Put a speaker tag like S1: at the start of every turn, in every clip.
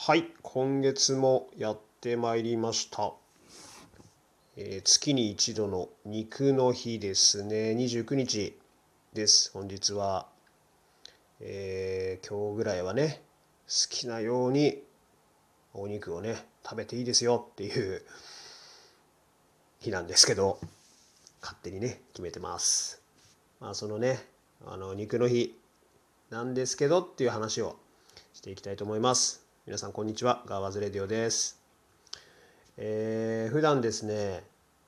S1: はい、今月もやってまいりました。月に一度の肉の日ですね。29日です。本日は、今日ぐらいはね、好きなようにお肉をね、食べていいですよっていう日なんですけど、勝手にね、決めてます。そのね、肉の日なんですけどっていう話をしていきたいと思います。皆さんこんにちは、ガーワズレディオです。普段ですね、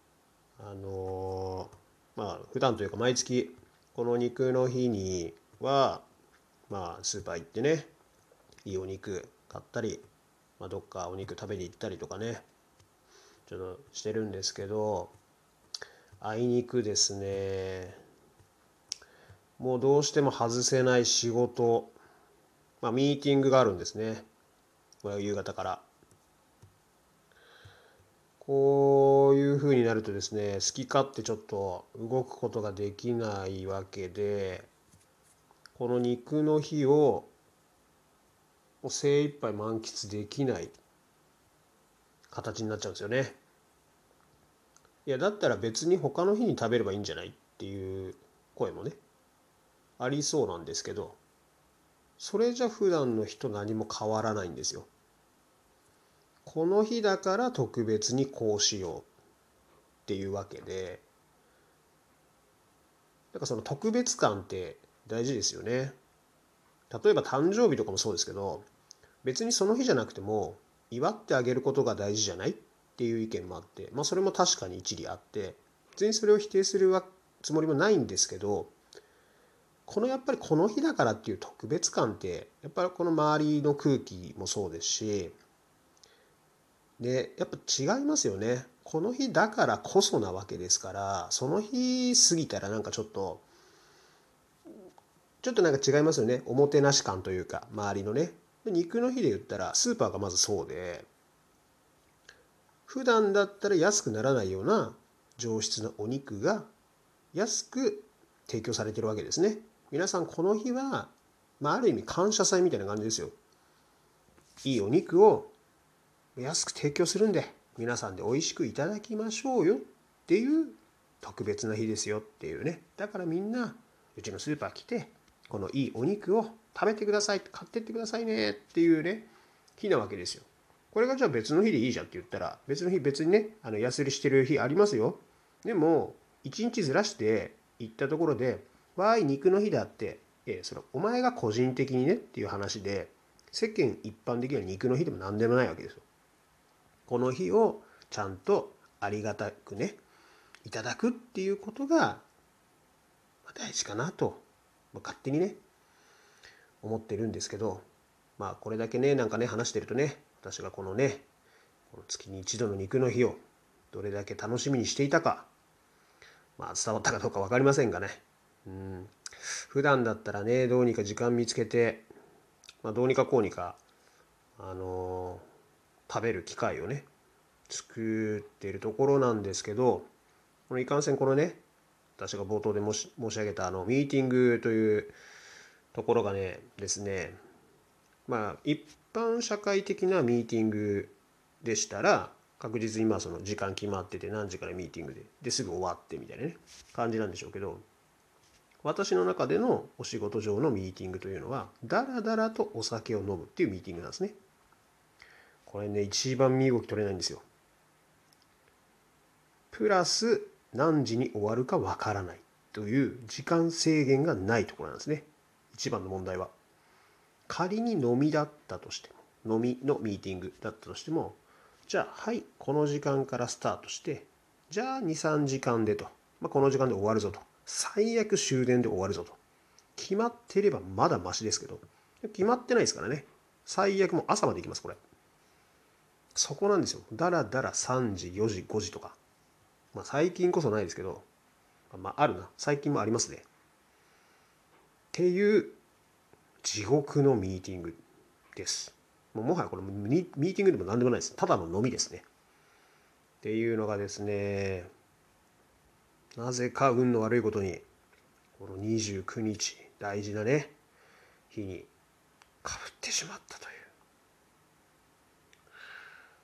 S1: 普段というか毎月この肉の日にはスーパー行ってね、いいお肉買ったり、どっかお肉食べに行ったりとかね、ちょっとしてるんですけど、あいにくですね、もうどうしても外せない仕事、ミーティングがあるんですね。これは夕方から。こういう風になるとですね、好き勝手ちょっと動くことができないわけで、この肉の日をもう精一杯満喫できない形になっちゃうんですよね。いや、だったら別に他の日に食べればいいんじゃないっていう声もね、ありそうなんですけど、それじゃ普段の日と何も変わらないんですよ。この日だから特別にこうしようっていうわけで、その特別感って大事ですよね。例えば誕生日とかもそうですけど、別にその日じゃなくても祝ってあげることが大事じゃないっていう意見もあって、それも確かに一理あって、別にそれを否定するつもりもないんですけど、やっぱりこの日だからっていう特別感ってやっぱりこの周りの空気もそうですし、でやっぱ違いますよね。この日だからこそなわけですから、その日過ぎたらちょっとなんか違いますよね。おもてなし感というか、周りのね。肉の日で言ったらスーパーがまずそうで、普段だったら安くならないような上質なお肉が安く提供されてるわけですね。皆さんこの日は、ある意味感謝祭みたいな感じですよ。いいお肉を安く提供するんで、皆さんで美味しくいただきましょうよっていう特別な日ですよっていうね。だからみんなうちのスーパー来て、このいいお肉を食べてください、買ってってくださいねっていうね、日なわけですよ。これがじゃあ別の日でいいじゃんって言ったら、別の日別にね、安売りしてる日ありますよ。でも、一日ずらして行ったところで、わーい、肉の日だって、それお前が個人的にねっていう話で、世間一般的には肉の日でも何でもないわけですよ。この日をちゃんとありがたくね、いただくっていうことが大事かなと、勝手にね、思ってるんですけど、これだけね、話してるとね、私がこの月に一度の肉の日をどれだけ楽しみにしていたか、伝わったかどうか分かりませんがね。普段だったらね、どうにか時間見つけて、どうにかこうにか、食べる機会をね、作っているところなんですけど、いかんせんこのね、私が冒頭で申し上げたミーティングというところがですね、一般社会的なミーティングでしたら確実にその時間決まってて何時からミーティングですぐ終わってみたいなね感じなんでしょうけど、私の中でのお仕事上のミーティングというのはだらだらとお酒を飲むっていうミーティングなんですね。これね、一番身動き取れないんですよ。プラス何時に終わるかわからないという時間制限がないところなんですね。一番の問題は、仮に飲みだったとしても、飲みのミーティングだったとしても、じゃあはいこの時間からスタートして、じゃあ23時間でと、この時間で終わるぞと、最悪終電で終わるぞと決まっていればまだマシですけど、決まってないですからね。最悪もう朝まで行きます。これそこなんですよ。だらだら3時4時5時とか、最近こそないですけど、あるな、最近もありますねっていう地獄のミーティングです。もはやこれミーティングでも何でもないです。ただの飲みですね。っていうのがですね、なぜか運の悪いことに、この29日、大事なね、日にかぶってしまったという。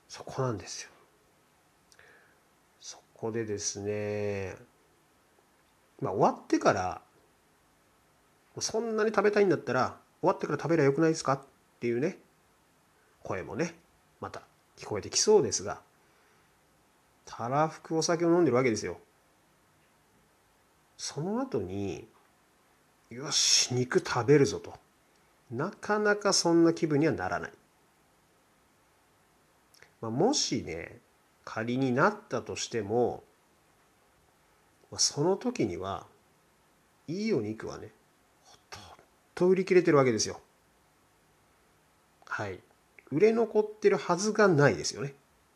S1: そこなんですよ。そこでですね、終わってからそんなに食べたいんだったら終わってから食べればよくないですかっていうね、声もねまた聞こえてきそうですが、たらふくお酒を飲んでるわけですよ。その後によし肉食べるぞと、なかなかそんな気分にはならない。もしね仮になったとしても、その時にはいいお肉はねほとんど売り切れてるわけですよ。はい、売れ残ってるはずがないですよね。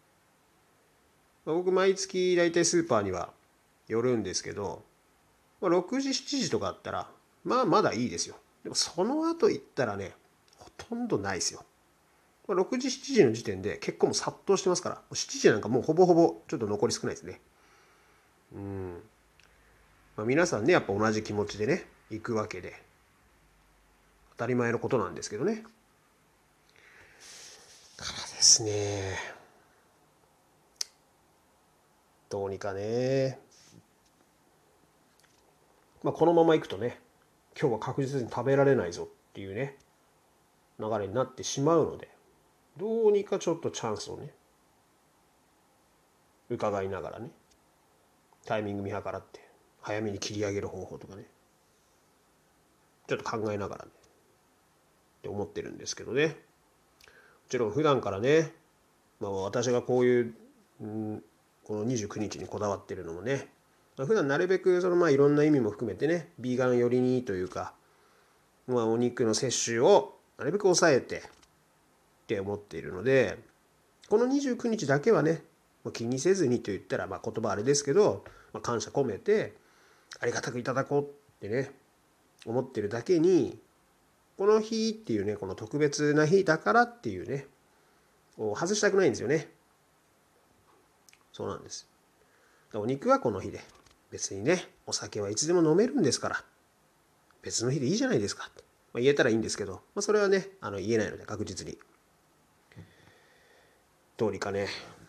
S1: 僕毎月大体スーパーには寄るんですけど、6時7時とかあったらまだいいですよ。でもその後行ったらねほとんどないですよ。6時7時の時点で結構もう殺到してますから、7時なんかもうほぼほぼちょっと残り少ないですね。皆さんねやっぱ同じ気持ちでね行くわけで当たり前のことなんですけどね。からですね、どうにかね、このまま行くとね今日は確実に食べられないぞっていうね流れになってしまうので、どうにかちょっとチャンスをね伺いながらね、タイミング見計らって早めに切り上げる方法とかねちょっと考えながらねって思ってるんですけどね。もちろん普段からね、私がこういう、この29日にこだわってるのもね、普段なるべくそのいろんな意味も含めてねビーガン寄りにというか、お肉の摂取をなるべく抑えてって思っているので、この29日だけはね気にせずにと言ったら言葉あれですけど、感謝込めてありがたくいただこうってね思ってるだけに、この日っていうねこの特別な日だからっていうねを外したくないんですよね。そうなんです。お肉はこの日で、別にねお酒はいつでも飲めるんですから別の日でいいじゃないですかって、言えたらいいんですけど、それはね言えないので確実にどうにかね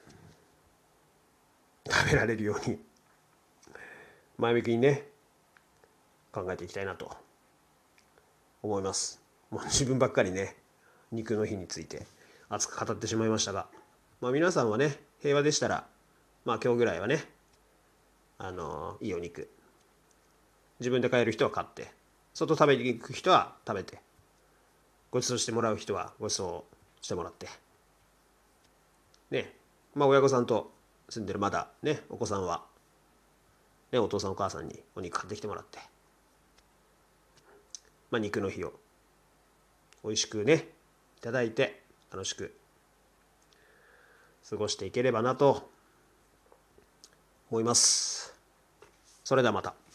S1: 食べられるように前向きにね考えていきたいなと思います。もう自分ばっかりね肉の日について熱く語ってしまいましたが、皆さんはね平和でしたら今日ぐらいはねいいお肉自分で買える人は買って、外食べに行く人は食べて、ご馳走してもらう人はご馳走してもらってね、親御さんと住んでるまだねお子さんはねお父さんお母さんにお肉買ってきてもらって、肉の日を美味しくねいただいて楽しく過ごしていければなと思います。それではまた。